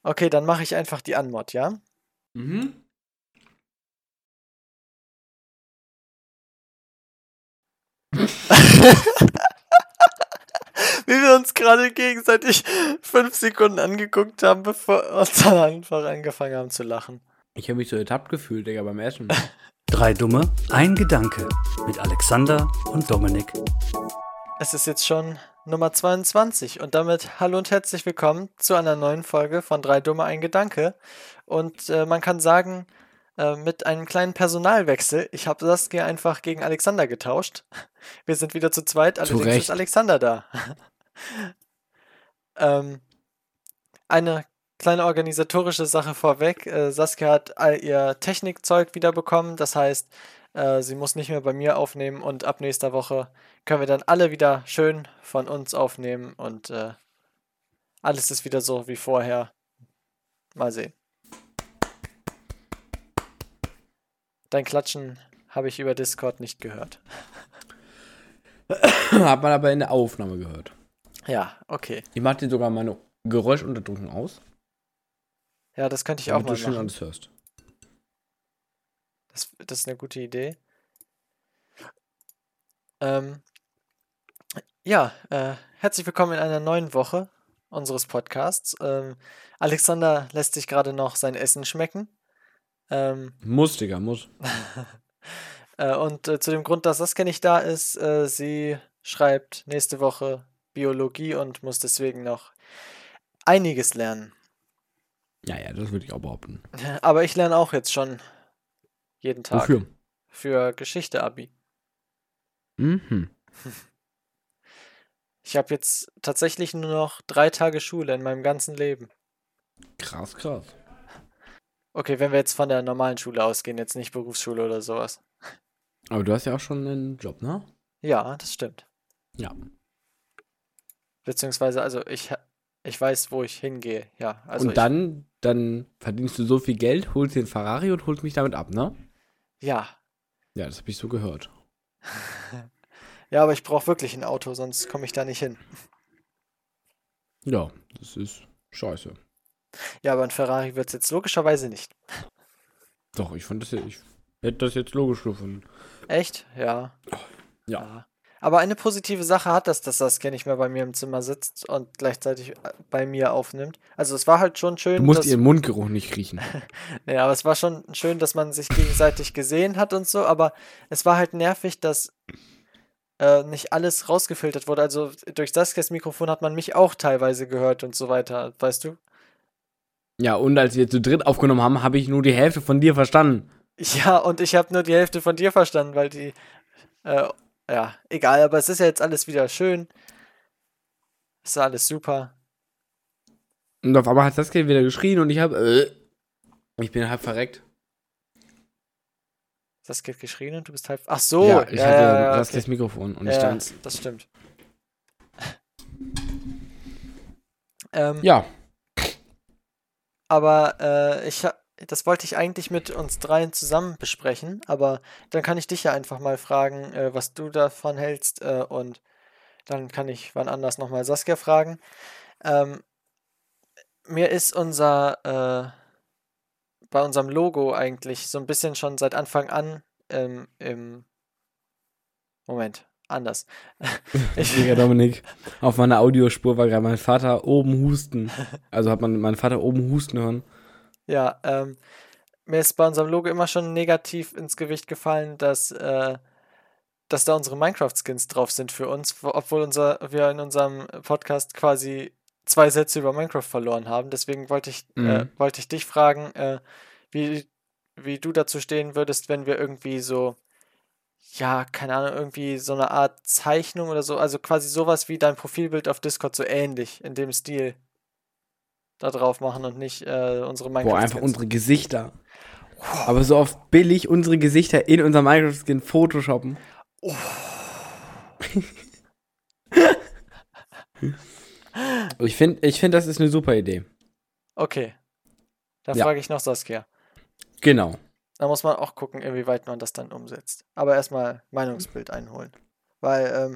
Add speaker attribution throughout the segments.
Speaker 1: Okay, dann mache ich einfach die Anmod, ja?
Speaker 2: Mhm.
Speaker 1: Wie wir uns gerade gegenseitig 5 Sekunden angeguckt haben, bevor wir uns dann einfach angefangen haben zu lachen.
Speaker 2: Ich habe mich so ertappt gefühlt, Digga, beim Essen.
Speaker 3: Drei Dumme, ein Gedanke mit Alexander und Dominik.
Speaker 1: Es ist jetzt schon Nummer 22 und damit hallo und herzlich willkommen zu einer neuen Folge von Drei Dumme, ein Gedanke. Und man kann sagen, mit einem kleinen Personalwechsel, ich habe Saskia einfach gegen Alexander getauscht. Wir sind wieder zu zweit, allerdings
Speaker 2: Recht.
Speaker 1: ist Alexander da. Eine kleine organisatorische Sache vorweg. Saskia hat all ihr Technikzeug wiederbekommen. Das heißt, sie muss nicht mehr bei mir aufnehmen und ab nächster Woche können wir dann alle wieder schön von uns aufnehmen und alles ist wieder so wie vorher. Mal sehen. Dein Klatschen habe ich über Discord nicht gehört.
Speaker 2: Hat man aber in der Aufnahme gehört.
Speaker 1: Ja, okay.
Speaker 2: Ich mache dir sogar meine Geräuschunterdrückung aus,
Speaker 1: Ja, das könnte ich auch
Speaker 2: damit
Speaker 1: mal
Speaker 2: du schön
Speaker 1: machen.
Speaker 2: alles hörst.
Speaker 1: Das ist eine gute Idee. Herzlich willkommen in einer neuen Woche unseres Podcasts. Alexander lässt sich gerade noch sein Essen schmecken.
Speaker 2: Muss, Digga, muss.
Speaker 1: Zu dem Grund, dass Saskia nicht da ist, sie schreibt nächste Woche Biologie und muss deswegen noch einiges lernen.
Speaker 2: Ja, das würde ich auch behaupten.
Speaker 1: Aber ich lerne auch jetzt schon jeden Tag.
Speaker 2: Wofür?
Speaker 1: Für Geschichte-Abi.
Speaker 2: Mhm.
Speaker 1: Ich habe jetzt tatsächlich nur noch 3 Tage Schule in meinem ganzen Leben.
Speaker 2: Krass.
Speaker 1: Okay, wenn wir jetzt von der normalen Schule ausgehen, jetzt nicht Berufsschule oder sowas.
Speaker 2: Aber du hast ja auch schon einen Job, ne?
Speaker 1: Ja, das stimmt.
Speaker 2: Ja.
Speaker 1: Beziehungsweise, also ich weiß, wo ich hingehe. Ja, also
Speaker 2: Und dann verdienst du so viel Geld, holst den Ferrari und holst mich damit ab, ne?
Speaker 1: ja.
Speaker 2: Ja, das habe ich so gehört.
Speaker 1: Ja, aber ich brauche wirklich ein Auto, sonst komme ich da nicht hin.
Speaker 2: Ja, das ist scheiße.
Speaker 1: Ja, aber ein Ferrari wird es jetzt logischerweise nicht.
Speaker 2: Doch, ich hätte das jetzt logisch gefunden.
Speaker 1: Echt? Ja.
Speaker 2: Ja.
Speaker 1: Aber eine positive Sache hat das, dass Saskia nicht mehr bei mir im Zimmer sitzt und gleichzeitig bei mir aufnimmt. Also es war halt schon schön,
Speaker 2: Du musst ihren Mundgeruch nicht riechen.
Speaker 1: Ja, aber es war schon schön, dass man sich gegenseitig gesehen hat und so, aber es war halt nervig, dass nicht alles rausgefiltert wurde. Also durch Saskias Mikrofon hat man mich auch teilweise gehört und so weiter, weißt du?
Speaker 2: Ja, und als wir zu dritt aufgenommen haben, habe ich nur die Hälfte von dir verstanden.
Speaker 1: Ja, und ich habe nur die Hälfte von dir verstanden, weil ja, egal, aber es ist ja jetzt alles wieder schön. Ist ja alles super.
Speaker 2: Und auf einmal hat Saskia wieder geschrien und ich bin halb verreckt.
Speaker 1: Saskia hat geschrien und du bist halb. Ach so,
Speaker 2: Ja, ich hatte
Speaker 1: ja,
Speaker 2: Saskias
Speaker 1: okay.
Speaker 2: Mikrofon und ich
Speaker 1: Ja,
Speaker 2: stand.
Speaker 1: das stimmt.
Speaker 2: Ja,
Speaker 1: Aber das wollte ich eigentlich mit uns dreien zusammen besprechen, aber dann kann ich dich ja einfach mal fragen, was du davon hältst, und dann kann ich wann anders nochmal Saskia fragen. Ähm, Mir ist bei unserem Logo eigentlich so ein bisschen schon seit Anfang an im Moment, anders.
Speaker 2: Digga, Dominik, auf meiner Audiospur war gerade mein Vater oben husten. Also hat man meinen Vater oben husten hören.
Speaker 1: Ja, mir ist bei unserem Logo immer schon negativ ins Gewicht gefallen, dass da unsere Minecraft-Skins drauf sind für uns, obwohl wir in unserem Podcast quasi 2 Sätze über Minecraft verloren haben. Deswegen wollte ich dich fragen, wie, wie du dazu stehen würdest, wenn wir irgendwie so, ja, keine Ahnung, irgendwie so eine Art Zeichnung oder so, also quasi sowas wie dein Profilbild auf Discord, so ähnlich, in dem Stil da drauf machen und nicht unsere
Speaker 2: Boah, einfach
Speaker 1: Minecraft-Skins.
Speaker 2: unsere Gesichter. Aber so oft billig unsere Gesichter in unser Minecraft-Skin photoshoppen.
Speaker 1: Oh.
Speaker 2: Ich finde, das ist eine super Idee.
Speaker 1: Okay, dann
Speaker 2: Ja.
Speaker 1: frage ich noch Saskia.
Speaker 2: Genau.
Speaker 1: Da muss man auch gucken, inwieweit man das dann umsetzt. Aber erstmal Meinungsbild einholen. Weil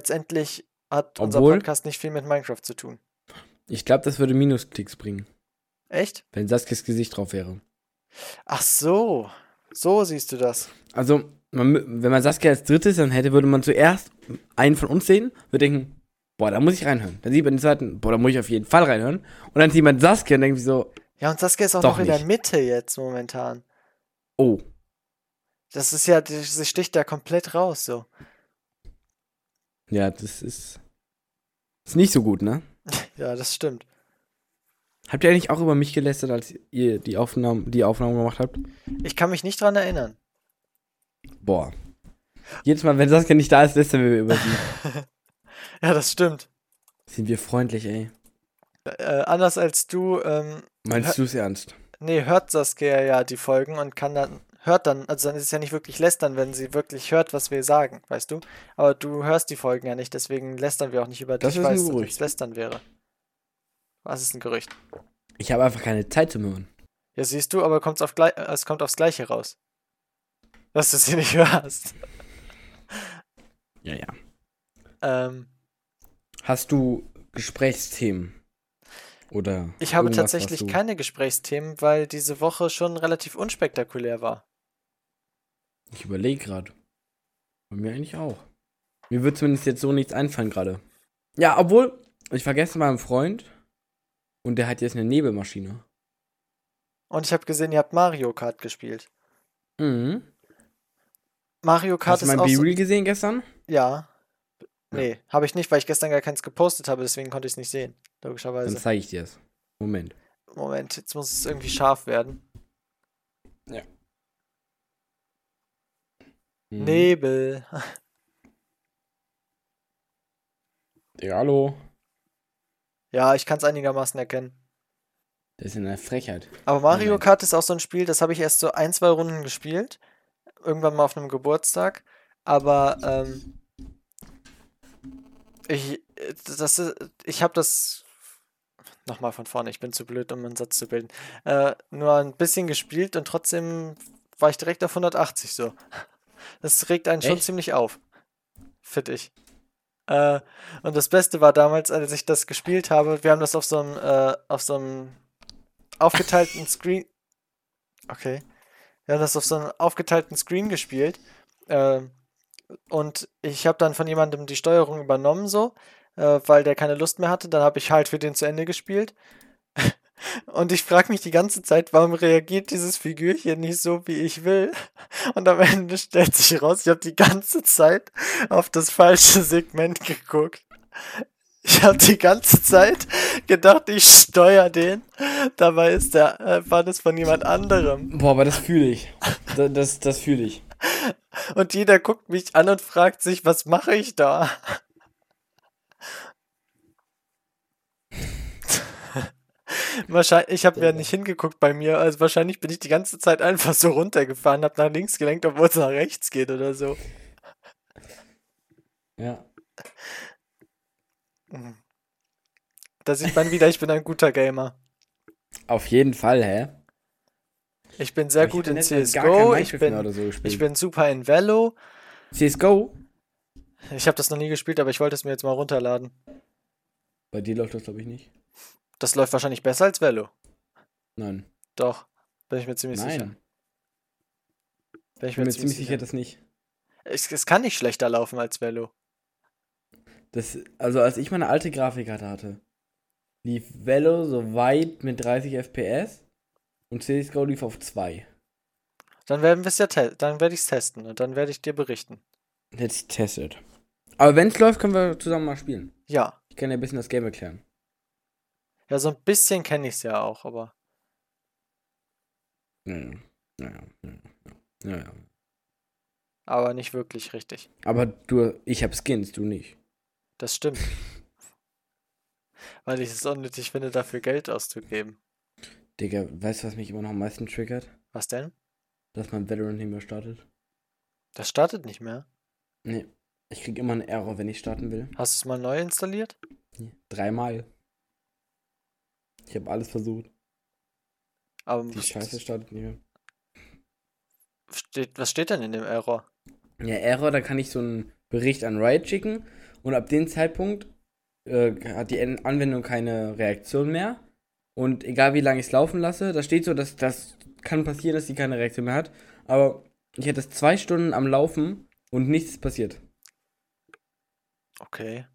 Speaker 1: letztendlich hat unser
Speaker 2: Obwohl,
Speaker 1: Podcast nicht viel mit Minecraft zu tun.
Speaker 2: ich glaube, das würde Minusklicks bringen.
Speaker 1: Echt?
Speaker 2: Wenn Saskias Gesicht drauf wäre.
Speaker 1: Ach so. So siehst du das.
Speaker 2: Also, wenn man Saskia als drittes dann hätte, würde man zuerst einen von uns sehen, würde denken, boah, da muss ich reinhören. Dann sieht man den zweiten, boah, da muss ich auf jeden Fall reinhören. Und dann sieht man Saskia und denkt sich so,
Speaker 1: Ja, und Saskia ist auch
Speaker 2: Doch
Speaker 1: noch in der
Speaker 2: nicht.
Speaker 1: Mitte jetzt momentan.
Speaker 2: oh,
Speaker 1: Das ist ja, sie sticht da komplett raus, so.
Speaker 2: ja, das ist nicht so gut, ne?
Speaker 1: Ja, das stimmt.
Speaker 2: Habt ihr eigentlich auch über mich gelästert, als ihr die Aufnahmen gemacht habt?
Speaker 1: Ich kann mich nicht dran erinnern.
Speaker 2: Boah. Jedes Mal, wenn Saskia nicht da ist, lästern wir über sie.
Speaker 1: Ja, das stimmt.
Speaker 2: Sind wir freundlich, ey.
Speaker 1: Anders als du,
Speaker 2: Meinst du es ernst?
Speaker 1: hört Saskia ja die Folgen und also dann ist es ja nicht wirklich lästern, wenn sie wirklich hört, was wir sagen, weißt du? Aber du hörst die Folgen ja nicht, deswegen lästern wir auch nicht über
Speaker 2: Das
Speaker 1: dich,
Speaker 2: ist ein
Speaker 1: weißt du,
Speaker 2: Gerücht.
Speaker 1: das lästern wäre. Was ist ein Gerücht?
Speaker 2: Ich habe einfach keine Zeit zum Hören.
Speaker 1: Ja, siehst du, aber es kommt aufs Gleiche raus. Dass du sie nicht hörst.
Speaker 2: Ja, ja.
Speaker 1: Ähm,
Speaker 2: Hast du Gesprächsthemen? Oder
Speaker 1: Ich habe
Speaker 2: irgendwas, was
Speaker 1: tatsächlich
Speaker 2: du-
Speaker 1: keine Gesprächsthemen, weil diese Woche schon relativ unspektakulär war.
Speaker 2: Ich überlege gerade. Bei mir eigentlich auch. Mir wird zumindest jetzt so nichts einfallen gerade. Ja, obwohl, ich vergesse meinen Freund und der hat jetzt eine Nebelmaschine.
Speaker 1: Und ich habe gesehen, ihr habt Mario Kart gespielt.
Speaker 2: Mhm.
Speaker 1: Mario Kart
Speaker 2: Hast du
Speaker 1: ist
Speaker 2: mein
Speaker 1: auch so,
Speaker 2: B-Reel gesehen gestern?
Speaker 1: ja. Nee, habe ich nicht, weil ich gestern gar keins gepostet habe, deswegen konnte ich es nicht sehen.
Speaker 2: Dann
Speaker 1: Logischerweise.
Speaker 2: zeige ich dir es. Moment.
Speaker 1: Moment, jetzt muss es irgendwie scharf werden.
Speaker 2: Mhm.
Speaker 1: Nebel.
Speaker 2: Ja, hallo.
Speaker 1: Ja, ich kann es einigermaßen erkennen.
Speaker 2: Das ist eine Frechheit.
Speaker 1: Aber Mario
Speaker 2: Moment.
Speaker 1: Kart ist auch so ein Spiel, das habe ich erst so 1, 2 Runden gespielt. Irgendwann mal auf einem Geburtstag. Aber ich habe das. Nochmal von vorne, ich bin zu blöd, um einen Satz zu bilden. Nur ein bisschen gespielt und trotzdem war ich direkt auf 180 so. Das regt einen schon
Speaker 2: Echt?
Speaker 1: ziemlich auf. Finde ich. Und das Beste war damals, als ich das gespielt habe, wir haben das auf so einem aufgeteilten Screen. Okay. Wir haben das auf so einem aufgeteilten Screen gespielt. Und ich habe dann von jemandem die Steuerung übernommen, so, weil der keine Lust mehr hatte. Dann habe ich halt für den zu Ende gespielt. Und ich frage mich die ganze Zeit, warum reagiert dieses Figürchen nicht so, wie ich will? Und am Ende stellt sich raus, ich habe die ganze Zeit auf das falsche Segment geguckt. Ich habe die ganze Zeit gedacht, ich steuere den. Dabei war das von jemand anderem.
Speaker 2: Boah, aber das fühle ich. Das fühle ich.
Speaker 1: Und jeder guckt mich an und fragt sich, was mache ich da? Wahrscheinlich, ich habe ja nicht hingeguckt bei mir, also wahrscheinlich bin ich die ganze Zeit einfach so runtergefahren, habe nach links gelenkt, obwohl es nach rechts geht oder so.
Speaker 2: Ja.
Speaker 1: Da sieht man wieder, ich bin ein guter Gamer.
Speaker 2: Auf jeden Fall, hä?
Speaker 1: Ich bin sehr
Speaker 2: Aber ich
Speaker 1: gut
Speaker 2: hab
Speaker 1: in
Speaker 2: letztens gar
Speaker 1: CSGO,
Speaker 2: kein
Speaker 1: ich
Speaker 2: Minecraft mehr
Speaker 1: bin,
Speaker 2: oder so gespielt.
Speaker 1: ich bin super in Velo.
Speaker 2: CSGO?
Speaker 1: Ich habe das noch nie gespielt, aber ich wollte es mir jetzt mal runterladen.
Speaker 2: Bei dir läuft das, glaube ich, nicht.
Speaker 1: Das läuft wahrscheinlich besser als Velo.
Speaker 2: Nein.
Speaker 1: Doch, bin ich mir ziemlich sicher.
Speaker 2: Nein.
Speaker 1: Bin
Speaker 2: Ich bin mir ziemlich sicher, dass nicht.
Speaker 1: Es kann nicht schlechter laufen als Velo.
Speaker 2: Also als ich meine alte Grafikkarte hatte, lief Velo so weit mit 30 FPS und CSGO lief auf 2.
Speaker 1: Dann werden wir es ja dann werde ich es testen und dann werde ich dir berichten.
Speaker 2: Jetzt testet. Aber wenn es läuft, können wir zusammen mal spielen.
Speaker 1: Ja.
Speaker 2: Ich kann dir ein bisschen das Game erklären.
Speaker 1: Ja, so ein bisschen kenne ich es ja auch, aber.
Speaker 2: Ja.
Speaker 1: Aber nicht wirklich richtig.
Speaker 2: Aber ich hab Skins, du nicht.
Speaker 1: Das stimmt. Weil ich es unnötig finde, dafür Geld auszugeben.
Speaker 2: Digga, weißt du, was mich immer noch am meisten triggert?
Speaker 1: Was denn?
Speaker 2: Dass mein Valorant nicht mehr startet.
Speaker 1: Das startet nicht mehr.
Speaker 2: Nee. Ich krieg immer einen Error, wenn ich starten will.
Speaker 1: Hast du es mal neu installiert?
Speaker 2: Nee. 3-mal. Ich habe alles versucht.
Speaker 1: Aber
Speaker 2: Die Scheiße startet nicht mehr.
Speaker 1: was steht denn in dem Error?
Speaker 2: Ja, Error, da kann ich so einen Bericht an Riot schicken und ab dem Zeitpunkt hat die Anwendung keine Reaktion mehr Und egal wie lange ich es laufen lasse, da steht so, dass das kann passieren, dass die keine Reaktion mehr hat. Aber ich hätte es 2 Stunden am Laufen und nichts ist passiert.
Speaker 1: Okay.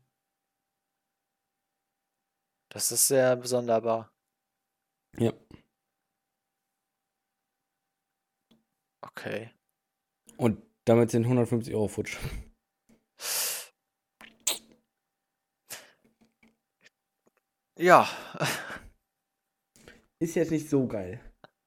Speaker 1: Das ist sehr sonderbar.
Speaker 2: Ja.
Speaker 1: Okay.
Speaker 2: Und damit sind 150 Euro futsch.
Speaker 1: Ja.
Speaker 2: Ist jetzt nicht so geil.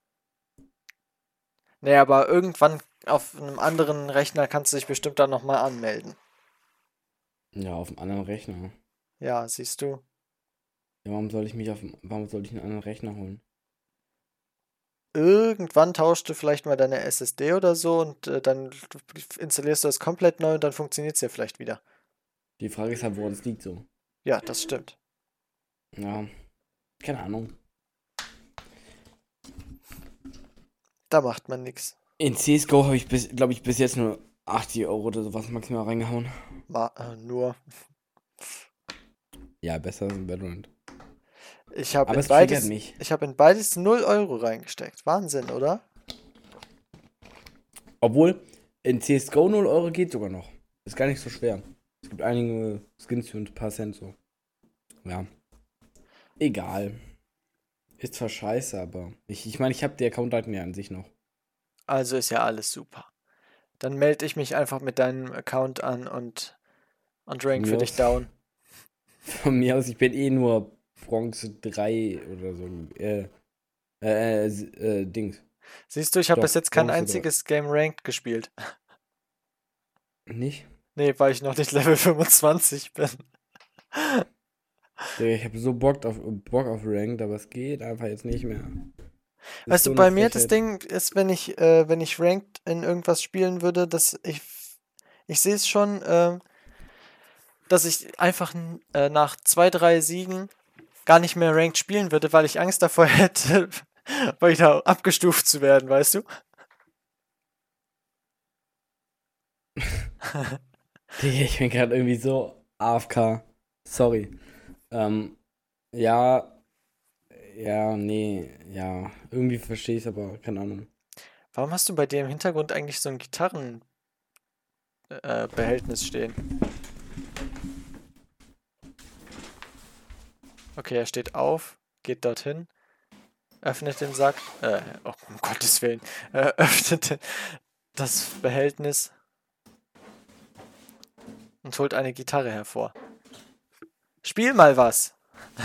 Speaker 1: Nee, aber irgendwann auf einem anderen Rechner kannst du dich bestimmt dann nochmal anmelden.
Speaker 2: Ja, auf einem anderen Rechner.
Speaker 1: Ja, siehst du.
Speaker 2: Ja, warum soll ich einen anderen Rechner holen?
Speaker 1: Irgendwann tauschst du vielleicht mal deine SSD oder so und dann installierst du das komplett neu und dann funktioniert es ja vielleicht wieder.
Speaker 2: Die Frage ist halt, woran es liegt so.
Speaker 1: Ja, das stimmt.
Speaker 2: Ja, keine Ahnung.
Speaker 1: Da macht man nichts.
Speaker 2: In CSGO habe ich glaube ich, bis jetzt nur 80 Euro oder sowas maximal reingehauen.
Speaker 1: Nur.
Speaker 2: Ja, besser als in Valorant.
Speaker 1: Ich habe
Speaker 2: Aber
Speaker 1: in
Speaker 2: es triggert
Speaker 1: beides,
Speaker 2: mich.
Speaker 1: ich habe in beides 0 Euro reingesteckt. Wahnsinn, oder?
Speaker 2: Obwohl, in CSGO 0 Euro geht sogar noch. Ist gar nicht so schwer. Es gibt einige Skins für ein paar Cent so. Ja. Egal. Ist zwar scheiße, aber ich meine, ich habe die Account-Daten ja an sich noch.
Speaker 1: Also ist ja alles super. Dann melde ich mich einfach mit deinem Account an und rank für dich down.
Speaker 2: Von mir aus, ich bin eh nur Bronze 3 oder so. Dings.
Speaker 1: Siehst du, ich habe
Speaker 2: Doch,
Speaker 1: bis jetzt kein
Speaker 2: Bronze
Speaker 1: einziges Game Ranked gespielt.
Speaker 2: Nicht?
Speaker 1: Nee, weil ich noch nicht Level 25 bin.
Speaker 2: Digga, ich habe so Bock auf Ranked, aber es geht einfach jetzt nicht mehr. Das
Speaker 1: Weißt
Speaker 2: ist
Speaker 1: du,
Speaker 2: so
Speaker 1: bei
Speaker 2: eine
Speaker 1: mir das
Speaker 2: Frechheit.
Speaker 1: Ding ist, wenn ich Ranked in irgendwas spielen würde, dass ich sehe es schon, dass ich einfach nach 2, 3 Siegen gar nicht mehr Ranked spielen würde, weil ich Angst davor hätte, weiter abgestuft zu werden, weißt du?
Speaker 2: Digga, ich bin gerade irgendwie so AFK. Sorry. Ja, nee, ja. Irgendwie verstehe ich es, aber keine Ahnung.
Speaker 1: Warum hast du bei dir im Hintergrund eigentlich so ein Gitarrenbehältnis stehen? Okay, er steht auf, geht dorthin, öffnet den Sack, oh, um Gottes Willen, öffnet das Behältnis und holt eine Gitarre hervor. Spiel mal was!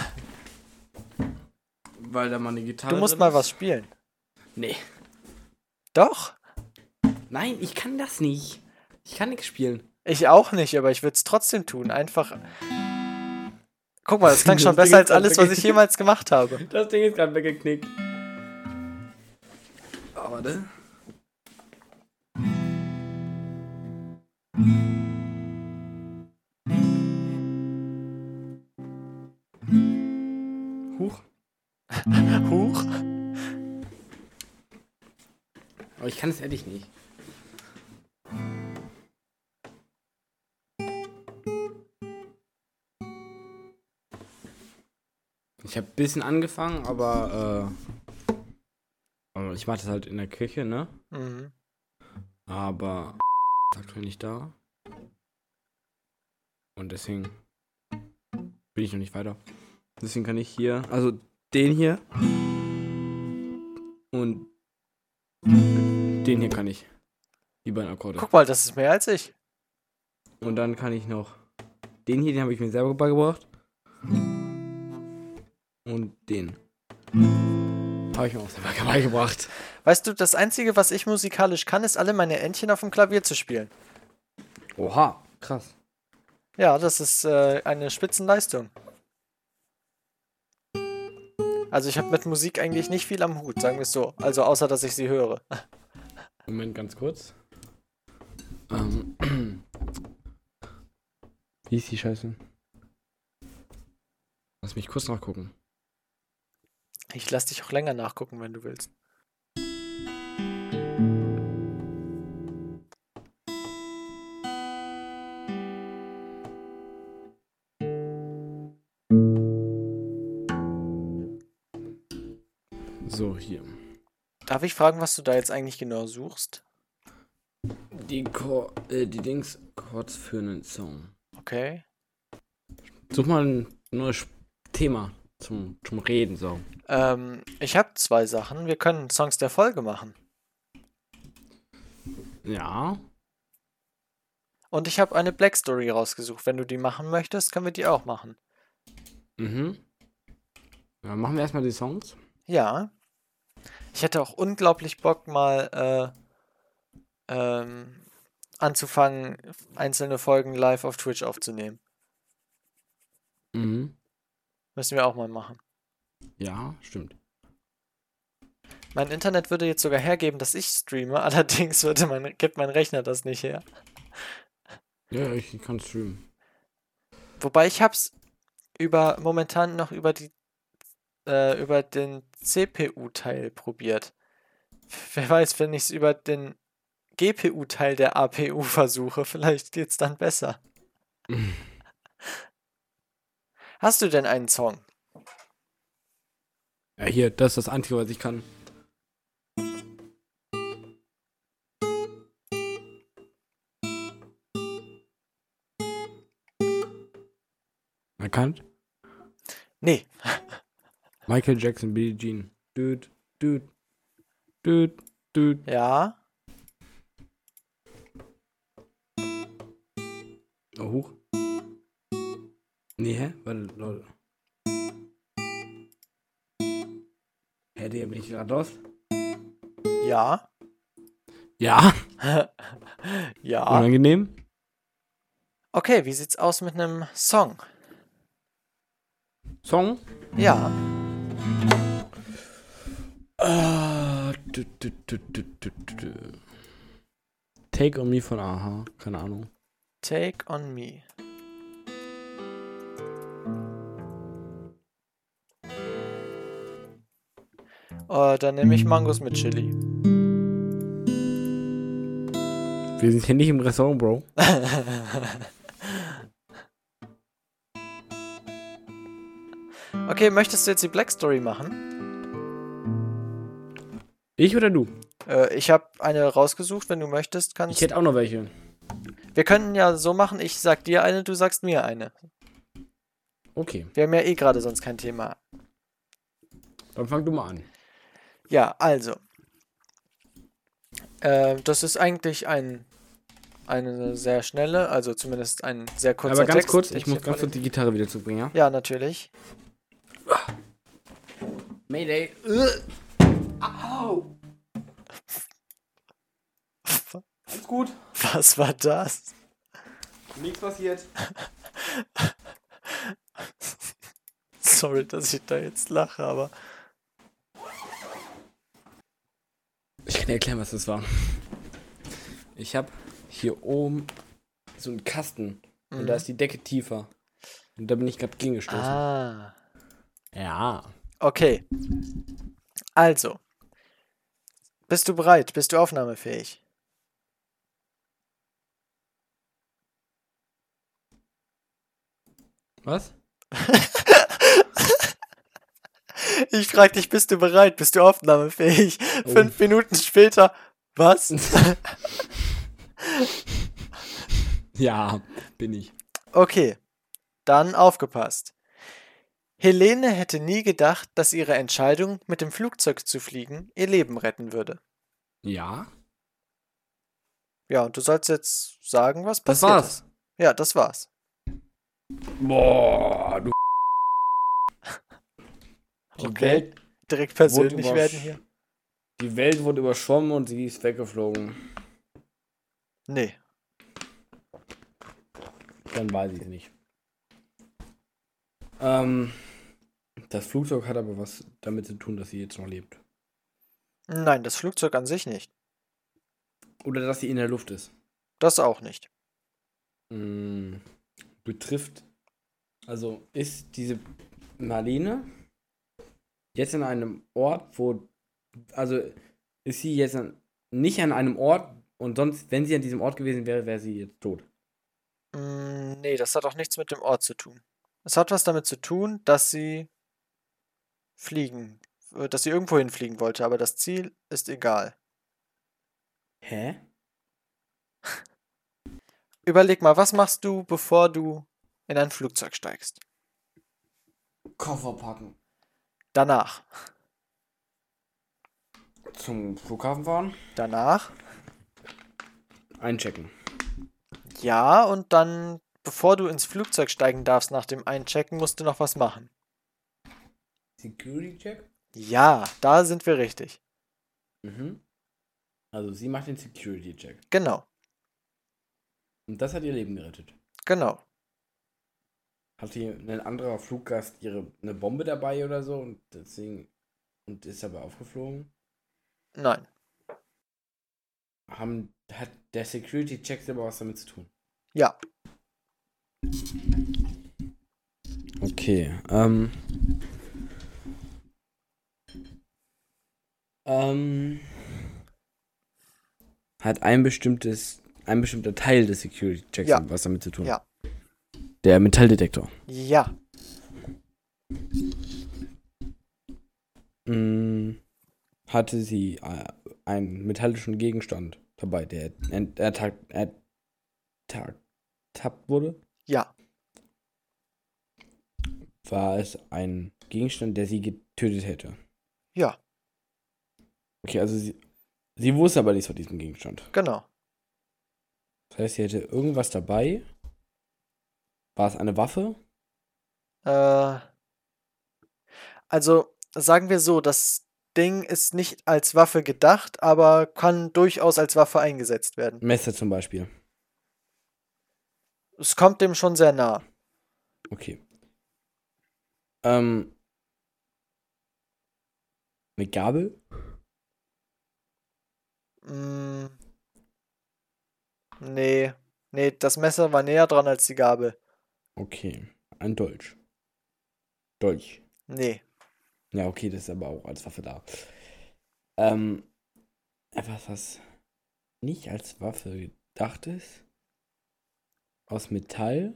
Speaker 2: Weil da mal eine Gitarre
Speaker 1: Du musst
Speaker 2: drin
Speaker 1: mal
Speaker 2: ist?
Speaker 1: was spielen.
Speaker 2: Nee.
Speaker 1: Doch?
Speaker 2: Nein, ich kann das nicht. Ich kann nichts spielen.
Speaker 1: Ich auch nicht, aber ich würde es trotzdem tun. Einfach. Guck mal, das klang schon
Speaker 2: Das Ding
Speaker 1: besser
Speaker 2: ist
Speaker 1: als alles,
Speaker 2: grad
Speaker 1: was ich jemals gemacht habe.
Speaker 2: Das Ding ist gerade weggeknickt. Oh, warte. Huch.
Speaker 1: Huch.
Speaker 2: Aber ich kann es ehrlich nicht. Ich habe ein bisschen angefangen, aber ich mache das halt in der Küche, ne?
Speaker 1: Mhm.
Speaker 2: Aber ist aktuell nicht da. Und deswegen bin ich noch nicht weiter. Deswegen kann ich hier, also den hier und den hier kann ich. Die beiden Akkorde.
Speaker 1: Guck mal, das ist mehr als ich.
Speaker 2: Und dann kann ich noch den hier, den habe ich mir selber beigebracht. Und den habe ich mir auch selber beigebracht.
Speaker 1: Weißt du, das Einzige, was ich musikalisch kann, ist alle meine Entchen auf dem Klavier zu spielen.
Speaker 2: Oha, krass.
Speaker 1: Ja, das ist eine Spitzenleistung. Also ich habe mit Musik eigentlich nicht viel am Hut, sagen wir es so. Also außer, dass ich sie höre.
Speaker 2: Moment, ganz kurz. Wie ist die Scheiße? Lass mich kurz nachgucken.
Speaker 1: Ich lass dich auch länger nachgucken, wenn du willst.
Speaker 2: So, hier.
Speaker 1: Darf ich fragen, was du da jetzt eigentlich genau suchst?
Speaker 2: Die Dings Chords für einen Song.
Speaker 1: Okay.
Speaker 2: Such mal ein neues Thema zum Reden, so.
Speaker 1: Ich habe 2 Sachen. Wir können Songs der Folge machen.
Speaker 2: Ja.
Speaker 1: Und ich habe eine Black Story rausgesucht. Wenn du die machen möchtest, können wir die auch machen.
Speaker 2: Mhm. Ja, machen wir erstmal die Songs.
Speaker 1: Ja. Ich hätte auch unglaublich Bock, mal anzufangen, einzelne Folgen live auf Twitch aufzunehmen.
Speaker 2: Mhm.
Speaker 1: Müssen wir auch mal machen.
Speaker 2: Ja, stimmt.
Speaker 1: Mein Internet würde jetzt sogar hergeben, dass ich streame, allerdings gibt mein Rechner das nicht her.
Speaker 2: Ja, ich kann streamen.
Speaker 1: Wobei ich hab's momentan noch über den CPU-Teil probiert. Wer weiß, wenn ich es über den GPU-Teil der APU versuche, vielleicht geht's dann besser. Hast du denn einen Song?
Speaker 2: Ja, hier, das ist das Einzige, was ich kann. Erkannt?
Speaker 1: Nee.
Speaker 2: Michael Jackson, Billie Jean. Dude, dude, dude, dude.
Speaker 1: Ja.
Speaker 2: Oh, hoch. Nee, hä? Warte, Leute. Hä, der bin ich gerade los?
Speaker 1: Ja.
Speaker 2: Ja.
Speaker 1: Ja.
Speaker 2: Unangenehm?
Speaker 1: Okay, wie sieht's aus mit einem Song?
Speaker 2: Song?
Speaker 1: Ja.
Speaker 2: Take on Me von Aha. Keine Ahnung.
Speaker 1: Take on Me. Dann nehme ich Mangos mit Chili.
Speaker 2: Wir sind hier nicht im Restaurant, Bro.
Speaker 1: Okay, möchtest du jetzt die Black Story machen?
Speaker 2: Ich oder du?
Speaker 1: Ich habe eine rausgesucht, wenn du möchtest,
Speaker 2: Ich
Speaker 1: kannst.
Speaker 2: hätte auch noch welche.
Speaker 1: Wir könnten ja so machen, ich sag dir eine, du sagst mir eine.
Speaker 2: Okay,
Speaker 1: Wir haben ja eh gerade sonst kein Thema.
Speaker 2: dann fang du mal an.
Speaker 1: Ja, also. Das ist eigentlich eine sehr schnelle, also zumindest ein sehr kurzer
Speaker 2: Aber ganz
Speaker 1: Text.
Speaker 2: kurz,
Speaker 1: den
Speaker 2: ich muss
Speaker 1: hier
Speaker 2: ganz kurz die Gitarre wieder zubringen, ja?
Speaker 1: Ja, natürlich.
Speaker 2: Mayday. Au. Alles gut.
Speaker 1: Was war das?
Speaker 2: Nichts passiert.
Speaker 1: Sorry, dass ich da jetzt lache, aber.
Speaker 2: Ich kann dir erklären, was das war. Ich habe hier oben so einen Kasten und da ist die Decke tiefer. Und da bin ich gerade gegengestoßen.
Speaker 1: Ah.
Speaker 2: Ja.
Speaker 1: Okay. Also. Bist du bereit? Bist du aufnahmefähig?
Speaker 2: Was?
Speaker 1: Ich frag dich, bist du bereit? Bist du aufnahmefähig?
Speaker 2: Oh.
Speaker 1: 5 Minuten später. Was?
Speaker 2: Ja, bin ich.
Speaker 1: Okay. Dann aufgepasst. Helene hätte nie gedacht, dass ihre Entscheidung, mit dem Flugzeug zu fliegen, ihr Leben retten würde.
Speaker 2: Ja?
Speaker 1: Ja, und du sollst jetzt sagen, was
Speaker 2: Das
Speaker 1: passiert
Speaker 2: war's.
Speaker 1: ist. Ja, das war's.
Speaker 2: Boah, du. Die
Speaker 1: Okay.
Speaker 2: Welt,
Speaker 1: Direkt persönlich
Speaker 2: Wurde
Speaker 1: werden hier.
Speaker 2: die Welt wurde überschwommen und sie ist weggeflogen.
Speaker 1: Nee.
Speaker 2: Dann weiß ich es nicht. Das Flugzeug hat aber was damit zu tun, dass sie jetzt noch lebt.
Speaker 1: Nein, das Flugzeug an sich nicht.
Speaker 2: Oder dass sie in der Luft ist.
Speaker 1: Das auch nicht.
Speaker 2: Betrifft. Also ist diese Marlene jetzt an einem Ort, wo. Also ist sie jetzt nicht an einem Ort und sonst, wenn sie an diesem Ort gewesen wäre, wäre sie jetzt tot.
Speaker 1: Nee, das hat auch nichts mit dem Ort zu tun. Es hat was damit zu tun, dass sie fliegen dass sie irgendwo hinfliegen wollte, aber das Ziel ist egal.
Speaker 2: Hä?
Speaker 1: Überleg mal, was machst du, bevor du in ein Flugzeug steigst?
Speaker 2: Koffer packen.
Speaker 1: Danach.
Speaker 2: Zum Flughafen fahren.
Speaker 1: Danach?
Speaker 2: Einchecken.
Speaker 1: Ja, und dann, bevor du ins Flugzeug steigen darfst nach dem Einchecken, musst du noch was machen.
Speaker 2: Security Check?
Speaker 1: Ja, da sind wir richtig.
Speaker 2: Mhm. Also sie macht den Security Check.
Speaker 1: Genau,
Speaker 2: Und das hat ihr Leben gerettet.
Speaker 1: genau.
Speaker 2: Hat hier ein anderer Fluggast eine Bombe dabei oder so und ist aber aufgeflogen?
Speaker 1: Nein.
Speaker 2: Hat der Security Check aber was damit zu tun?
Speaker 1: Ja,
Speaker 2: Okay, hat ein bestimmter Teil des Security Checks
Speaker 1: Ja.
Speaker 2: was damit zu tun?
Speaker 1: Ja.
Speaker 2: Der Metalldetektor.
Speaker 1: ja,
Speaker 2: Hatte sie einen metallischen Gegenstand dabei, der ertappt wurde?
Speaker 1: ja,
Speaker 2: War es ein Gegenstand, der sie getötet hätte?
Speaker 1: ja,
Speaker 2: Okay, also sie wusste aber nichts von diesem Gegenstand.
Speaker 1: genau.
Speaker 2: Das heißt, sie hätte irgendwas dabei. War es eine Waffe?
Speaker 1: Also sagen wir so, das Ding ist nicht als Waffe gedacht, aber kann durchaus als Waffe eingesetzt werden.
Speaker 2: Messer zum Beispiel.
Speaker 1: Es kommt dem schon sehr nah.
Speaker 2: Okay. Eine Gabel?
Speaker 1: Nee, das Messer war näher dran als die Gabel.
Speaker 2: Okay. Ein Dolch. Dolch.
Speaker 1: Nee,
Speaker 2: Ja, okay, das ist aber auch als Waffe da. Etwas, was nicht als Waffe gedacht ist. Aus Metall.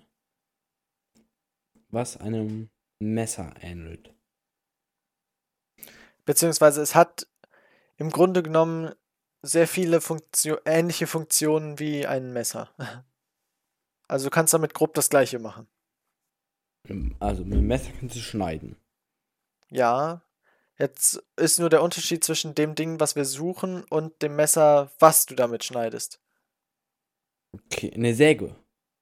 Speaker 2: Was einem Messer ähnelt.
Speaker 1: beziehungsweise es hat im Grunde genommen sehr viele ähnliche Funktionen wie ein Messer. Also du kannst damit grob das gleiche machen.
Speaker 2: Also mit dem Messer kannst du schneiden.
Speaker 1: Ja, jetzt ist nur der Unterschied zwischen dem Ding, was wir suchen, und dem Messer, was du damit schneidest.
Speaker 2: Okay, eine Säge.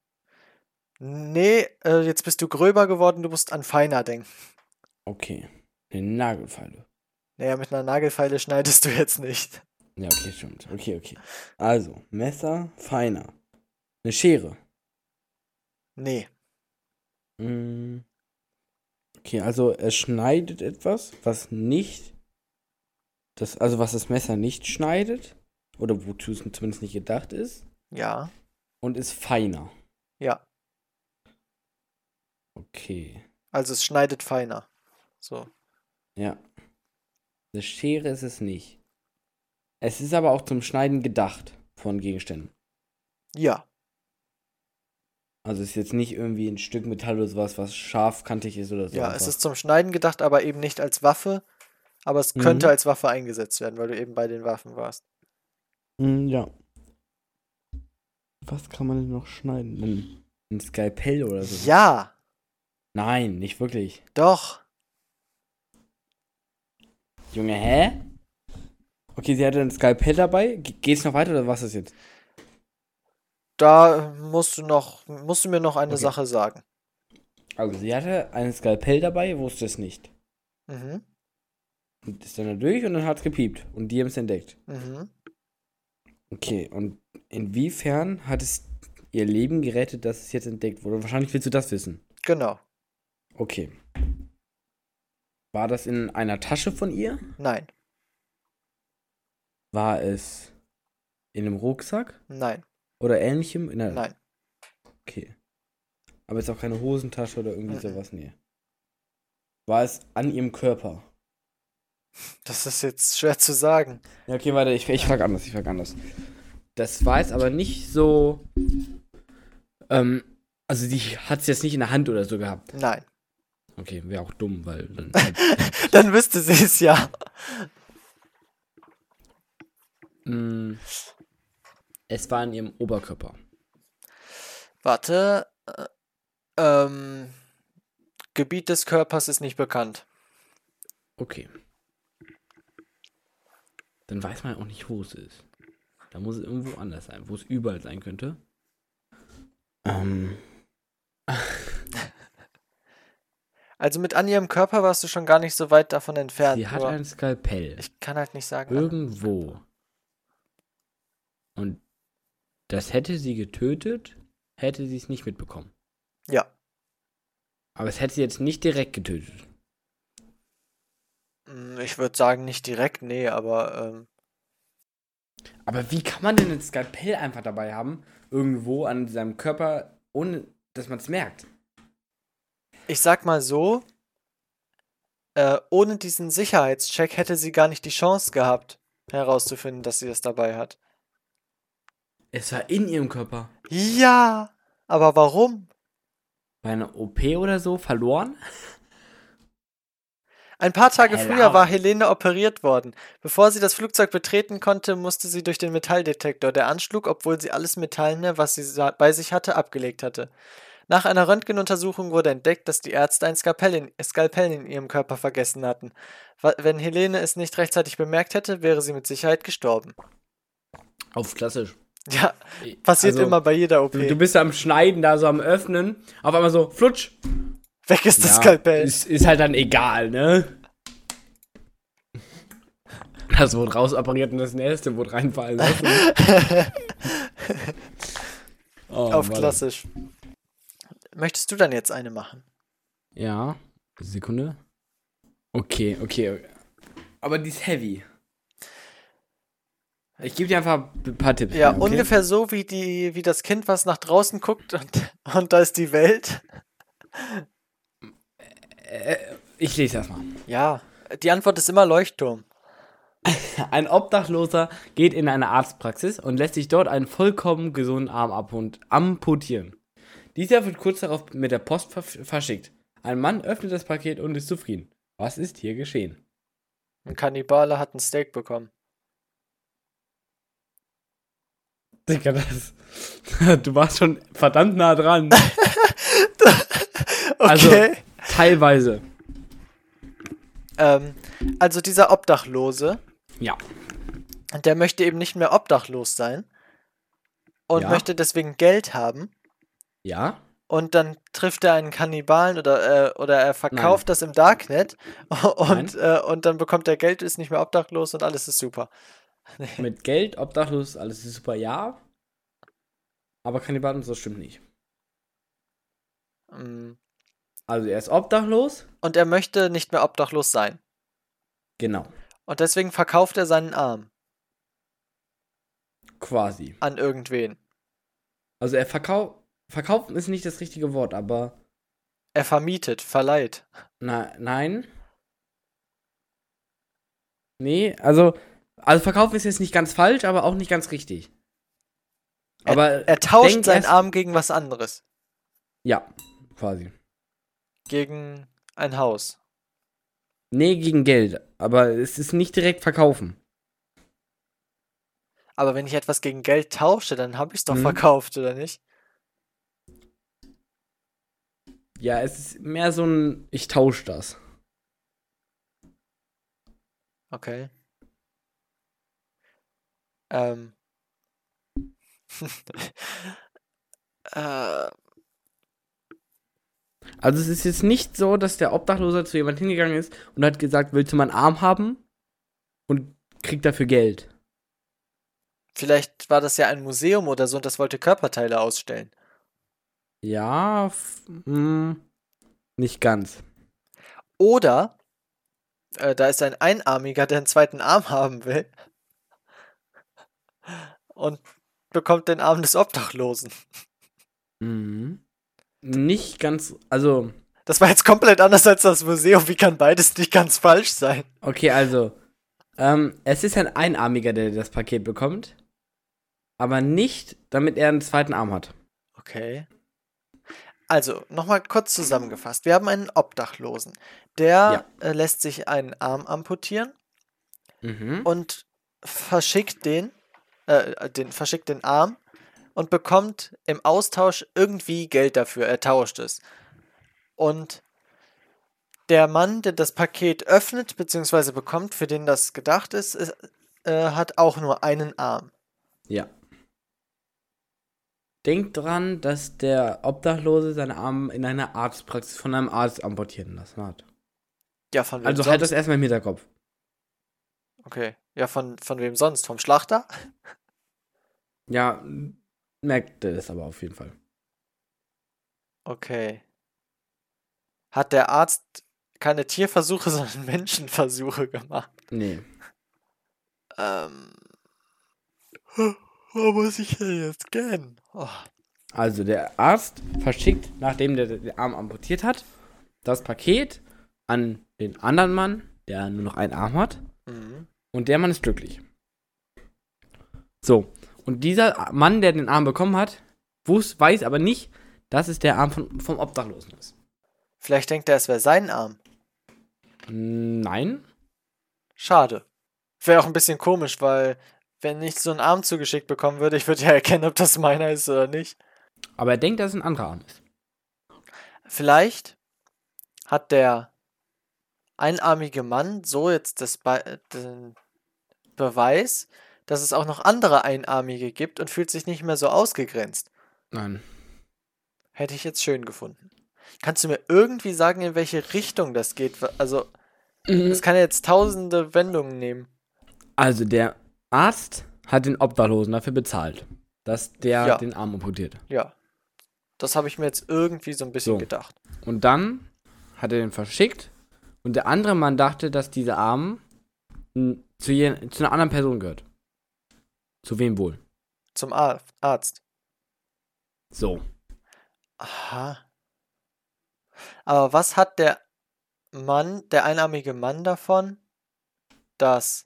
Speaker 1: Nee, jetzt bist du gröber geworden, du musst an feiner denken.
Speaker 2: Okay. Eine Nagelfeile.
Speaker 1: Naja, mit einer Nagelfeile schneidest du jetzt nicht.
Speaker 2: Ja, okay, stimmt. Okay. Also, Messer, feiner. Eine Schere.
Speaker 1: Nee,
Speaker 2: Okay, also es schneidet etwas, was das Messer nicht schneidet. Oder wozu es zumindest nicht gedacht ist.
Speaker 1: ja,
Speaker 2: Und ist feiner.
Speaker 1: ja.
Speaker 2: Okay.
Speaker 1: Also es schneidet feiner. So.
Speaker 2: Ja. Eine Schere ist es nicht. Es ist aber auch zum Schneiden gedacht von Gegenständen.
Speaker 1: Ja,
Speaker 2: Also es ist jetzt nicht irgendwie ein Stück Metall oder sowas, was scharfkantig ist oder so.
Speaker 1: ja,
Speaker 2: einfach.
Speaker 1: es ist zum Schneiden gedacht, aber eben nicht als Waffe. Aber es könnte als Waffe eingesetzt werden, weil du eben bei den Waffen warst.
Speaker 2: Ja. Was kann man denn noch schneiden? Ein Skalpell oder so?
Speaker 1: Ja,
Speaker 2: Nein, nicht wirklich.
Speaker 1: doch.
Speaker 2: Junge, hä? Okay, sie hatte ein Skalpell dabei. Geht's noch weiter oder was ist jetzt?
Speaker 1: Da musst du mir noch eine
Speaker 2: Okay.
Speaker 1: Sache sagen.
Speaker 2: Also, sie hatte ein Skalpell dabei, wusste es nicht.
Speaker 1: Mhm,
Speaker 2: Und ist dann da durch und dann hat's gepiept. Und die haben es entdeckt.
Speaker 1: mhm.
Speaker 2: Okay, und inwiefern hat es ihr Leben gerettet, dass es jetzt entdeckt wurde? Wahrscheinlich willst du das wissen.
Speaker 1: Genau.
Speaker 2: Okay. War das in einer Tasche von ihr?
Speaker 1: Nein,
Speaker 2: War es in einem Rucksack
Speaker 1: nein,
Speaker 2: oder ähnlichem?
Speaker 1: nein.
Speaker 2: Okay. Aber ist auch keine Hosentasche oder irgendwie
Speaker 1: Mhm.
Speaker 2: sowas? Nee. War es an ihrem Körper?
Speaker 1: Das ist jetzt schwer zu sagen.
Speaker 2: Ja, okay, warte, ich frag anders. Das war jetzt aber nicht so. Also, die hat es jetzt nicht in der Hand oder so gehabt.
Speaker 1: Nein,
Speaker 2: Okay, wäre auch dumm, weil dann.
Speaker 1: Dann wüsste sie es ja.
Speaker 2: Es war in ihrem Oberkörper.
Speaker 1: Warte. Ähm, Gebiet des Körpers ist nicht bekannt.
Speaker 2: Okay. Dann weiß man ja auch nicht, wo es ist. Da muss es irgendwo anders sein, wo es überall sein könnte.
Speaker 1: Also mit an ihrem Körper warst du schon gar nicht so weit davon entfernt.
Speaker 2: Sie hat
Speaker 1: nur
Speaker 2: ein Skalpell.
Speaker 1: ich kann halt nicht sagen.
Speaker 2: Irgendwo. Und das hätte sie getötet, hätte sie es nicht mitbekommen.
Speaker 1: Ja.
Speaker 2: Aber es hätte sie jetzt nicht direkt getötet.
Speaker 1: Ich würde sagen, nicht direkt, nee, aber
Speaker 2: Aber wie kann man denn ein Skalpell einfach dabei haben, irgendwo an seinem Körper, ohne dass man es merkt?
Speaker 1: ich sag mal so, ohne diesen Sicherheitscheck hätte sie gar nicht die Chance gehabt, herauszufinden, dass sie es dabei hat.
Speaker 2: Es war in ihrem Körper.
Speaker 1: Ja, aber warum?
Speaker 2: Bei einer OP oder so verloren?
Speaker 1: Ein paar Tage
Speaker 2: Hell
Speaker 1: früher war
Speaker 2: out.
Speaker 1: Helene operiert worden. Bevor sie das Flugzeug betreten konnte, musste sie durch den Metalldetektor, der anschlug, obwohl sie alles Metallene, was sie bei sich hatte, abgelegt hatte. Nach einer Röntgenuntersuchung wurde entdeckt, dass die Ärzte ein Skalpell in ihrem Körper vergessen hatten. Wenn Helene es nicht rechtzeitig bemerkt hätte, wäre sie mit Sicherheit gestorben.
Speaker 2: Auf klassisch.
Speaker 1: Ja, passiert
Speaker 2: Also,
Speaker 1: immer bei jeder OP.
Speaker 2: Du bist am Schneiden, da so am Öffnen, auf einmal so, flutsch.
Speaker 1: Weg ist das
Speaker 2: Ja,
Speaker 1: Skalpell.
Speaker 2: ist halt dann egal, ne? Das wurde rausoperiert und das nächste wurde reinfallen lassen. Oh,
Speaker 1: Auf
Speaker 2: Mann.
Speaker 1: klassisch. Möchtest du dann jetzt eine machen?
Speaker 2: Ja, Sekunde. Okay. Aber die ist heavy. Ich gebe dir einfach ein paar Tipps.
Speaker 1: Ja,
Speaker 2: mehr, okay?
Speaker 1: ungefähr so wie das Kind, was nach draußen guckt und da ist die Welt.
Speaker 2: Ich lese erstmal.
Speaker 1: Ja, die Antwort ist immer Leuchtturm.
Speaker 2: Ein Obdachloser geht in eine Arztpraxis und lässt sich dort einen vollkommen gesunden Arm amputieren. Dieser wird kurz darauf mit der Post verschickt. Ein Mann öffnet das Paket und ist zufrieden. Was ist hier geschehen?
Speaker 1: Ein Kannibale hat ein Steak bekommen.
Speaker 2: Digga, du warst schon verdammt nah dran.
Speaker 1: Okay.
Speaker 2: Also, teilweise.
Speaker 1: Also dieser Obdachlose,
Speaker 2: Ja.
Speaker 1: der möchte eben nicht mehr obdachlos sein und
Speaker 2: Ja.
Speaker 1: möchte deswegen Geld haben.
Speaker 2: Ja?
Speaker 1: Und dann trifft er einen Kannibalen oder er verkauft das im Darknet und dann bekommt er Geld, ist nicht mehr obdachlos und alles ist super.
Speaker 2: Mit Geld, obdachlos, alles ist super, ja. Aber Kannibalen und so stimmt nicht.
Speaker 1: Mm.
Speaker 2: Also, er ist obdachlos.
Speaker 1: Und er möchte nicht mehr obdachlos sein.
Speaker 2: Genau.
Speaker 1: Und deswegen verkauft er seinen Arm
Speaker 2: Quasi.
Speaker 1: an irgendwen.
Speaker 2: Also, verkaufen ist nicht das richtige Wort, aber.
Speaker 1: Er vermietet, verleiht.
Speaker 2: Nein. Nee, also verkaufen ist jetzt nicht ganz falsch, aber auch nicht ganz richtig. Aber
Speaker 1: Er tauscht
Speaker 2: denk
Speaker 1: seinen
Speaker 2: erst-
Speaker 1: Arm gegen was anderes.
Speaker 2: Ja, quasi.
Speaker 1: Gegen ein Haus.
Speaker 2: Nee, gegen Geld. Aber es ist nicht direkt verkaufen.
Speaker 1: Aber wenn ich etwas gegen Geld tausche, dann habe ich es doch
Speaker 2: Mhm.
Speaker 1: verkauft, oder nicht?
Speaker 2: Ja, es ist mehr so ein, ich tausche das.
Speaker 1: Okay. äh,
Speaker 2: Also es ist jetzt nicht so, dass der Obdachlose zu jemand hingegangen ist und hat gesagt, willst du meinen Arm haben? Und kriegt dafür Geld.
Speaker 1: Vielleicht war das ja ein Museum oder so und das wollte Körperteile ausstellen.
Speaker 2: Ja, nicht ganz.
Speaker 1: Oder da ist ein Einarmiger, der einen zweiten Arm haben will und bekommt den Arm des Obdachlosen.
Speaker 2: Mhm. Nicht ganz, also,
Speaker 1: Das war jetzt komplett anders als das Museum. Wie kann beides nicht ganz falsch sein?
Speaker 2: okay, also, es ist ein Einarmiger, der das Paket bekommt, aber nicht, damit er einen zweiten Arm hat.
Speaker 1: Okay. Also, nochmal kurz zusammengefasst. Wir haben einen Obdachlosen. Der lässt sich einen Arm amputieren
Speaker 2: Mhm.
Speaker 1: und verschickt verschickt den Arm und bekommt im Austausch irgendwie Geld dafür. Er tauscht es. Und der Mann, der das Paket öffnet bzw. bekommt, für den das gedacht ist, hat auch nur einen Arm.
Speaker 2: Ja. Denkt dran, dass der Obdachlose seine Arme in einer Arztpraxis von einem Arzt amputieren lassen hat.
Speaker 1: Ja, von wem
Speaker 2: Also
Speaker 1: sonst?
Speaker 2: halt das erstmal im Hinterkopf.
Speaker 1: Okay. Ja, von wem sonst? Vom Schlachter?
Speaker 2: Ja, merkt er das aber auf jeden Fall.
Speaker 1: Okay. Hat der Arzt keine Tierversuche, sondern Menschenversuche gemacht?
Speaker 2: Nee.
Speaker 1: Wo muss ich denn jetzt gehen? Oh.
Speaker 2: Also der Arzt verschickt, nachdem der den Arm amputiert hat, das Paket an den anderen Mann, der nur noch einen Arm hat.
Speaker 1: Mhm.
Speaker 2: Und der Mann ist glücklich. So. Und dieser Mann, der den Arm bekommen hat, weiß aber nicht, dass es der Arm vom Obdachlosen ist.
Speaker 1: Vielleicht denkt er, es wäre sein Arm.
Speaker 2: Nein.
Speaker 1: Schade. Wäre auch ein bisschen komisch, weil wenn ich so einen Arm zugeschickt bekommen würde, ich würde ja erkennen, ob das meiner ist oder nicht.
Speaker 2: Aber er denkt, dass es ein anderer Arm ist.
Speaker 1: Vielleicht hat der einarmige Mann so jetzt den Beweis, dass es auch noch andere Einarmige gibt und fühlt sich nicht mehr so ausgegrenzt.
Speaker 2: Nein.
Speaker 1: Hätte ich jetzt schön gefunden. Kannst du mir irgendwie sagen, in welche Richtung das geht? Also, es kann ja jetzt tausende Wendungen nehmen.
Speaker 2: Also der Arzt hat den Obdachlosen dafür bezahlt, dass der
Speaker 1: Ja.
Speaker 2: den Arm amputiert.
Speaker 1: Ja. Das habe ich mir jetzt irgendwie so ein bisschen
Speaker 2: So.
Speaker 1: gedacht.
Speaker 2: Und dann hat er den verschickt und der andere Mann dachte, dass dieser Arm zu einer anderen Person gehört. Zu wem wohl?
Speaker 1: Zum Arzt.
Speaker 2: So.
Speaker 1: Aha. Aber was hat der einarmige Mann davon, dass...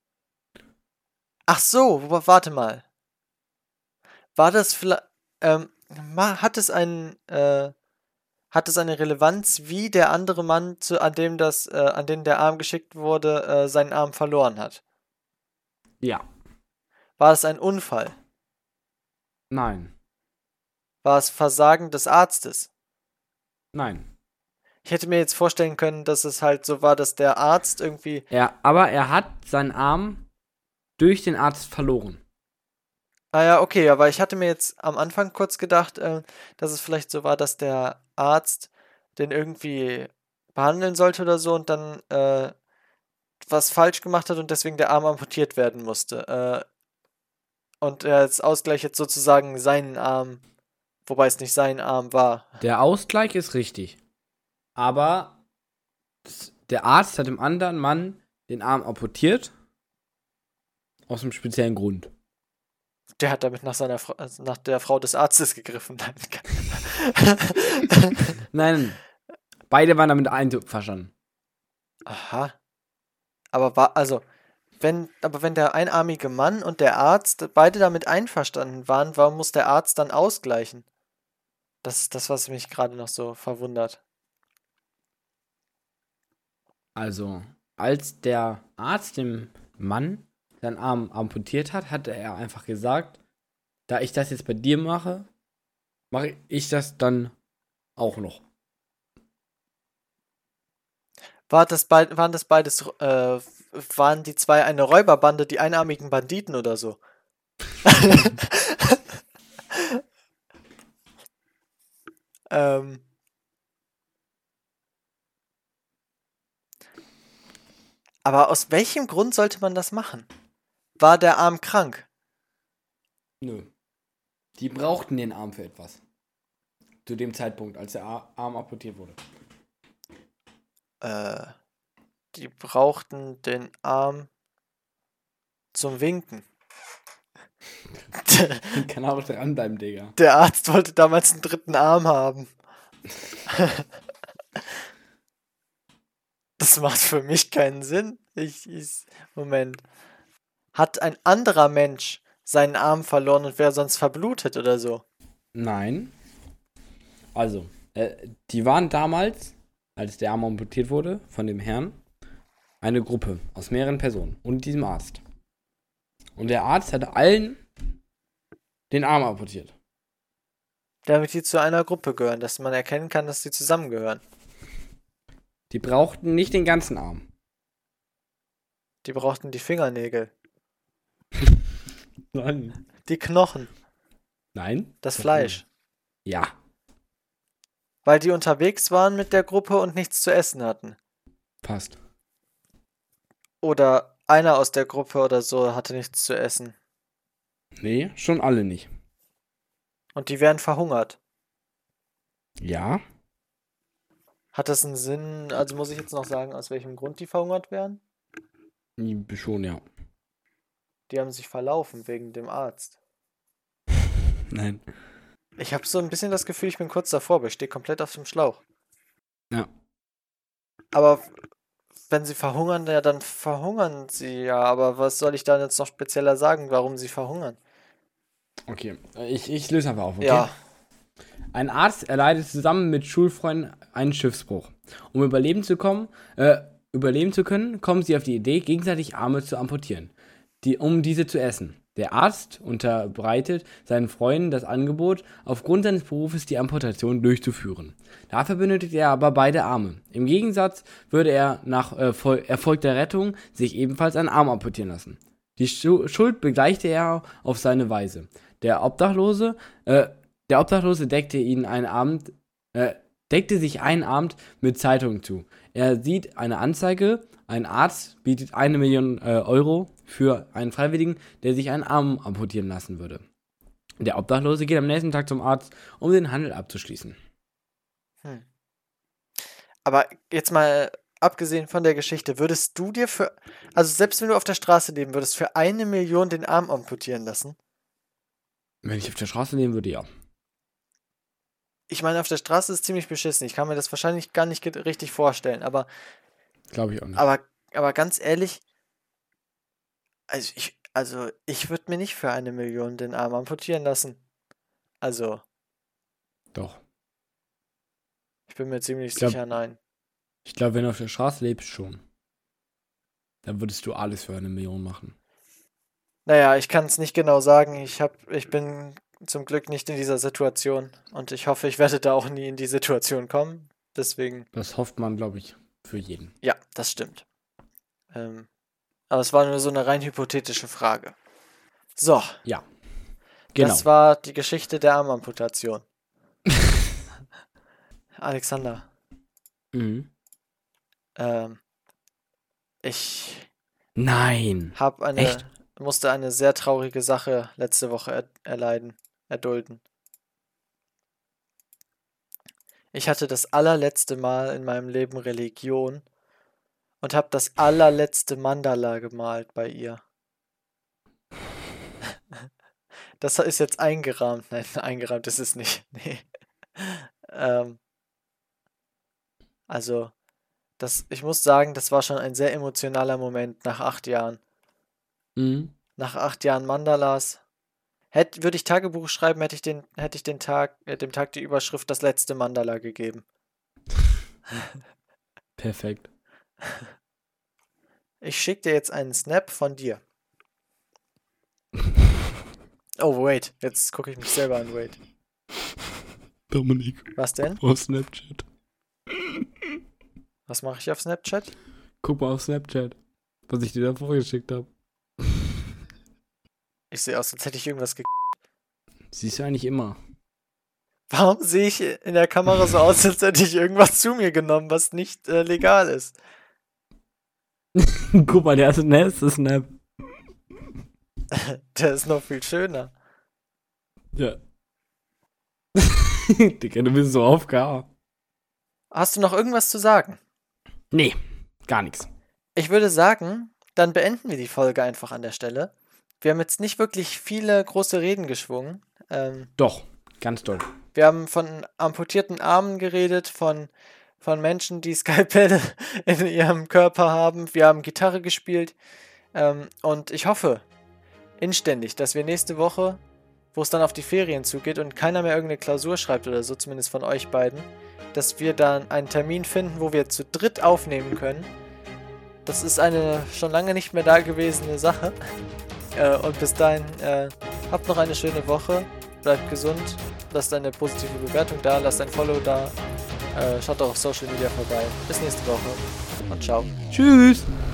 Speaker 1: Ach so, warte mal. War das vielleicht... hat es eine Relevanz, wie der andere Mann, an den der Arm geschickt wurde, seinen Arm verloren hat?
Speaker 2: Ja.
Speaker 1: War es ein Unfall?
Speaker 2: Nein.
Speaker 1: War es Versagen des Arztes?
Speaker 2: Nein.
Speaker 1: Ich hätte mir jetzt vorstellen können, dass es halt so war, dass der Arzt irgendwie...
Speaker 2: Aber er hat seinen Arm durch den Arzt verloren.
Speaker 1: Ah ja, okay, aber ich hatte mir jetzt am Anfang kurz gedacht, dass es vielleicht so war, dass der Arzt den irgendwie behandeln sollte oder so und dann was falsch gemacht hat und deswegen der Arm amputiert werden musste. Und er als Ausgleich jetzt sozusagen seinen Arm, wobei es nicht sein Arm war.
Speaker 2: Der Ausgleich ist richtig. Aber der Arzt hat dem anderen Mann den Arm amputiert. Aus einem speziellen Grund.
Speaker 1: Der hat damit nach der Frau des Arztes gegriffen.
Speaker 2: Nein. Beide waren damit einverstanden.
Speaker 1: Aha. Aber wenn der einarmige Mann und der Arzt beide damit einverstanden waren, warum muss der Arzt dann ausgleichen? Das ist das, was mich gerade noch so verwundert.
Speaker 2: Also, als der Arzt dem Mann seinen Arm amputiert hat, hatte er einfach gesagt, da ich das jetzt bei dir mache, mache ich das dann auch noch.
Speaker 1: Waren die zwei eine Räuberbande, die einarmigen Banditen oder so? Aber aus welchem Grund sollte man das machen? War der Arm krank?
Speaker 2: Nö. Die brauchten den Arm für etwas. Zu dem Zeitpunkt, als der Arm amputiert wurde.
Speaker 1: Die brauchten den Arm zum Winken.
Speaker 2: Kann auch dranbleiben, Digga.
Speaker 1: Der Arzt wollte damals einen dritten Arm haben. Das macht für mich keinen Sinn. Moment. Hat ein anderer Mensch seinen Arm verloren und wäre sonst verblutet oder so?
Speaker 2: Nein. Also, die waren damals, als der Arm amputiert wurde von dem Herrn, eine Gruppe aus mehreren Personen und diesem Arzt. Und der Arzt hatte allen den Arm amputiert.
Speaker 1: Damit die zu einer Gruppe gehören, dass man erkennen kann, dass sie zusammengehören.
Speaker 2: Die brauchten nicht den ganzen Arm.
Speaker 1: Die brauchten die Fingernägel,
Speaker 2: Nein.
Speaker 1: die Knochen,
Speaker 2: Nein?
Speaker 1: das Fleisch.
Speaker 2: Ja.
Speaker 1: Weil die unterwegs waren mit der Gruppe und nichts zu essen hatten.
Speaker 2: Passt.
Speaker 1: Oder einer aus der Gruppe oder so hatte nichts zu essen.
Speaker 2: Nee, schon alle nicht.
Speaker 1: Und die wären verhungert.
Speaker 2: Ja.
Speaker 1: Hat das einen Sinn? Also muss ich jetzt noch sagen, aus welchem Grund die verhungert wären?
Speaker 2: Schon, ja.
Speaker 1: Die haben sich verlaufen wegen dem Arzt.
Speaker 2: Nein.
Speaker 1: Ich habe so ein bisschen das Gefühl, ich bin kurz davor, aber ich stehe komplett auf dem Schlauch.
Speaker 2: Ja.
Speaker 1: Aber wenn sie verhungern, ja, dann verhungern sie ja. Aber was soll ich da jetzt noch spezieller sagen, warum sie verhungern?
Speaker 2: Okay, ich löse einfach auf, okay?
Speaker 1: Ja,
Speaker 2: Ein Arzt erleidet zusammen mit Schulfreunden einen Schiffsbruch. Um überleben zu können, kommen sie auf die Idee, gegenseitig Arme zu amputieren, um diese zu essen. Der Arzt unterbreitet seinen Freunden das Angebot, aufgrund seines Berufes die Amputation durchzuführen. Dafür benötigt er aber beide Arme. Im Gegensatz würde er nach erfolgter Rettung sich ebenfalls einen Arm amputieren lassen. Die Schuld begleichte er auf seine Weise. Der Obdachlose deckte sich einen Abend mit Zeitungen zu. Er sieht eine Anzeige, ein Arzt bietet 1 Million Euro für einen Freiwilligen, der sich einen Arm amputieren lassen würde. Der Obdachlose geht am nächsten Tag zum Arzt, um den Handel abzuschließen.
Speaker 1: aber jetzt mal abgesehen von der Geschichte, würdest du dir also selbst wenn du auf der Straße leben würdest, für 1 Million den Arm amputieren lassen?
Speaker 2: Wenn ich auf der Straße leben würde, ja.
Speaker 1: Ich meine, auf der Straße ist es ziemlich beschissen. Ich kann mir das wahrscheinlich gar nicht richtig vorstellen, aber
Speaker 2: Glaube ich auch nicht.
Speaker 1: aber ganz ehrlich, also ich würde mir nicht für 1 Million den Arm amputieren lassen. Also,
Speaker 2: Doch.
Speaker 1: ich bin mir ziemlich
Speaker 2: Ich glaub-
Speaker 1: sicher, nein.
Speaker 2: Ich glaube, wenn du auf der Straße lebst, schon. Dann würdest du alles für 1 Million machen.
Speaker 1: Naja, ich kann es nicht genau sagen. Ich bin zum Glück nicht in dieser Situation und ich hoffe, ich werde da auch nie in die Situation kommen. Deswegen,
Speaker 2: Das hofft man, glaube ich, für jeden.
Speaker 1: ja, das stimmt. Aber es war nur so eine rein hypothetische Frage. So,
Speaker 2: Ja. Genau.
Speaker 1: das war die Geschichte der Armamputation. Alexander,
Speaker 2: Mhm.
Speaker 1: ich
Speaker 2: Nein. Echt?
Speaker 1: musste eine sehr traurige Sache letzte Woche erdulden. Ich hatte das allerletzte Mal in meinem Leben Religion und habe das allerletzte Mandala gemalt bei ihr. Das ist jetzt eingerahmt. Nein, eingerahmt ist es nicht. Nee. Also, ich muss sagen, das war schon ein sehr emotionaler Moment nach 8 Jahren.
Speaker 2: Mhm.
Speaker 1: Nach 8 Jahren Mandalas. Würde ich Tagebuch schreiben, hätte ich dem Tag die Überschrift das letzte Mandala gegeben.
Speaker 2: Perfekt.
Speaker 1: Ich schicke dir jetzt einen Snap von dir. Oh, wait. Jetzt gucke ich mich selber an, wait.
Speaker 2: Dominik,
Speaker 1: Was denn?
Speaker 2: auf Snapchat.
Speaker 1: Was mache ich auf Snapchat?
Speaker 2: Guck mal auf Snapchat, was ich dir da vorgeschickt habe.
Speaker 1: Ich sehe aus, als hätte ich irgendwas
Speaker 2: Siehst du eigentlich immer.
Speaker 1: Warum sehe ich in der Kamera so aus, als hätte ich irgendwas zu mir genommen, was nicht legal ist?
Speaker 2: Guck mal, der nächste Snap.
Speaker 1: Der ist noch viel schöner.
Speaker 2: Ja. Digga, du bist so auf K.
Speaker 1: Hast du noch irgendwas zu sagen?
Speaker 2: Nee, gar nichts.
Speaker 1: Ich würde sagen, dann beenden wir die Folge einfach an der Stelle. Wir haben jetzt nicht wirklich viele große Reden geschwungen.
Speaker 2: Doch, ganz doll.
Speaker 1: Wir haben von amputierten Armen geredet, von Menschen, die Skalpelle in ihrem Körper haben. Wir haben Gitarre gespielt. Und ich hoffe inständig, dass wir nächste Woche wo es dann auf die Ferien zugeht und keiner mehr irgendeine Klausur schreibt oder so, zumindest von euch beiden, dass wir dann einen Termin finden, wo wir zu dritt aufnehmen können. Das ist eine schon lange nicht mehr da gewesene Sache. Und bis dahin, habt noch eine schöne Woche, bleibt gesund, lasst eine positive Bewertung da, lasst ein Follow da, schaut auch auf Social Media vorbei. Bis nächste Woche und ciao.
Speaker 2: Tschüss!